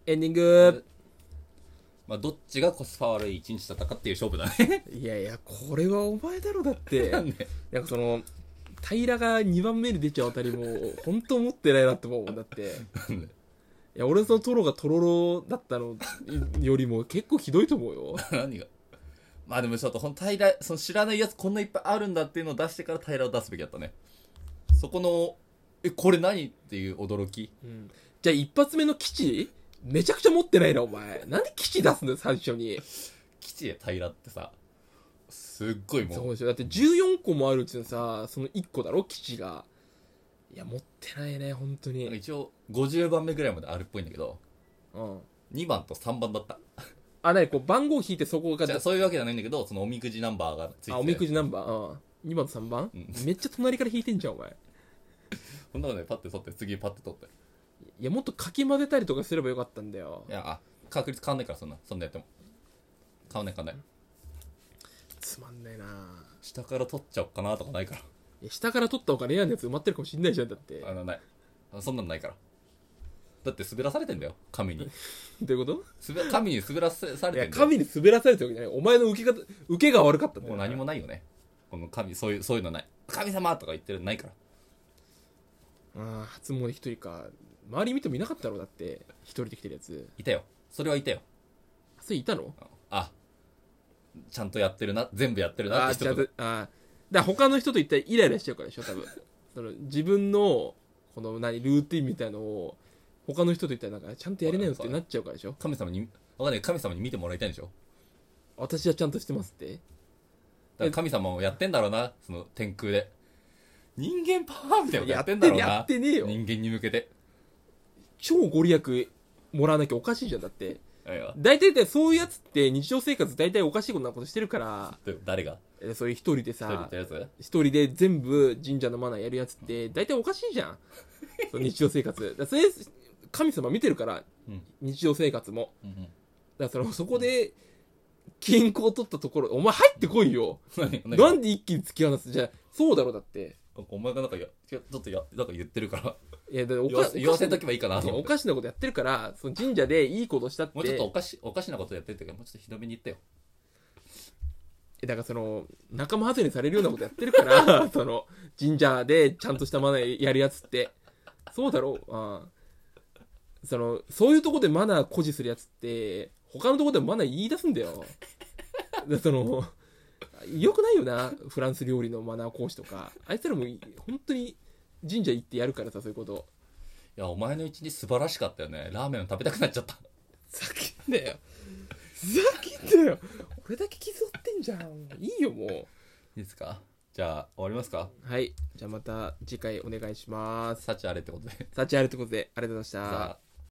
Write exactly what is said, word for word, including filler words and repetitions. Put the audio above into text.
エンディング。 まあどっちがコスパ悪い一日だったかっていう勝負だねいやいや、これはお前だろ。だってなんでなんかその平がにばんめに出ちゃうあたりも本当思ってないなって思うもん。だってなんでいや、俺のトロがトロロだったのよりも結構ひどいと思うよ。 何がまあでもちょっとほん平その知らないやつこんないっぱいあるんだっていうのを出してから平を出すべきだったね。そこのえこれ何っていう驚き、 うん、じゃあ一発目の基地めちゃくちゃ持ってないなお前。なんで基地出すんだよ最初に。 基地で平ってさすっごいもうそうでしょ。だってじゅうよんこもあるうちのさそのいっこだろ基地が。いや持ってないね本当に。 一応ごじゅうばんめぐらいまであるっぽいんだけどうん。 にばんとさんばんだった。 あ、なにこう番号引いてそこがじゃあそういうわけじゃないんだけどそのおみくじナンバーがついてて、 あ、おみくじナンバー。うん。にばんとさんばん、 うんめっちゃ隣から引いてんじゃんお前。 そんなのねパッて取って次パッて取っていやもっとかき混ぜたりとかすればよかったんだよ。 いやあ確率変わんないからそんなそんなやっても変わんない変わんない。 つまんないな。 下から取っちゃおうかなとかないからいや下から取った方がレアなやつ埋まってるかもしんないじゃん。だってあのないあそんなのないからだって滑らされてんだよ神にどういうこ滑神に滑らされてんと？いやだよ。 神に滑らされてるわけじゃない。お前の受け方受けが悪かったんだよ。 もう何もないよねこの神そういうそういうのない神様とか言ってるのないからああ初詣一人か。周り見てもいなかったろ。だって一人で来てるやつ。 いたよそれはいたよそれいたの？ あちゃんとやってるな全部やってるなああちゃんと。 って人とああだから他の人と言ったらイライラしちゃうからでしょ多分。その自分のこの何ルーティンみたいのを他の人と言ったらなんかちゃんとやれないよってなっちゃうからでしょ。 神様にわかんない神様に見てもらいたいんでしょ。 私はちゃんとしてますって。 だから神様もやってんだろうなその天空で人間パワーみたいなのやってんだろうな。 やってねえよ。 人間に向けて超ご利益もらわなきゃおかしいじゃん。だっていや大体そういうやつって日常生活大体おかしいことなことしてるから。 で誰がえそういう一人で一人言っさたやつ一人で全部神社のマナーやるやつって大体おかしいじゃん。その日常生活だからそれ神様見てるから、 うん、 日常生活もうんうん、 だからそのそこで金庫を取ったところお前入ってこいよ。 何何なんで一気に突き放す。じゃあそうだろ。だってお前がなんかやちょっとやなんか言ってるからいやだからお言わかせ言わせとけばいいかなといやお思ってかしなことやってるからその神社でいいことしたって。 もうちょっとおかしおかしなことやってるけどもうちょっとひどめに言ってよ。 だからその仲間外れにされるようなことやってるからその神社でちゃんとしたマナーやるやつってそうだろう。ああそのそういうとこでマナー誇示するやつって他のとこでもマナー言い出すんだよ。でそのよくないよなフランス料理のマナー講師とかあいつらも本当に神社行ってやるからさそういうこと。 いやお前の一日素晴らしかったよね。ラーメンを食べたくなっちゃった。 ふざけんなよふざけんなよ。俺だけ傷負ってんじゃん。いいよもう。 いいですか。じゃあ終わりますか。 はいじゃあまた次回お願いします。 幸あれってことで幸あれってことでありがとうございました。 さあ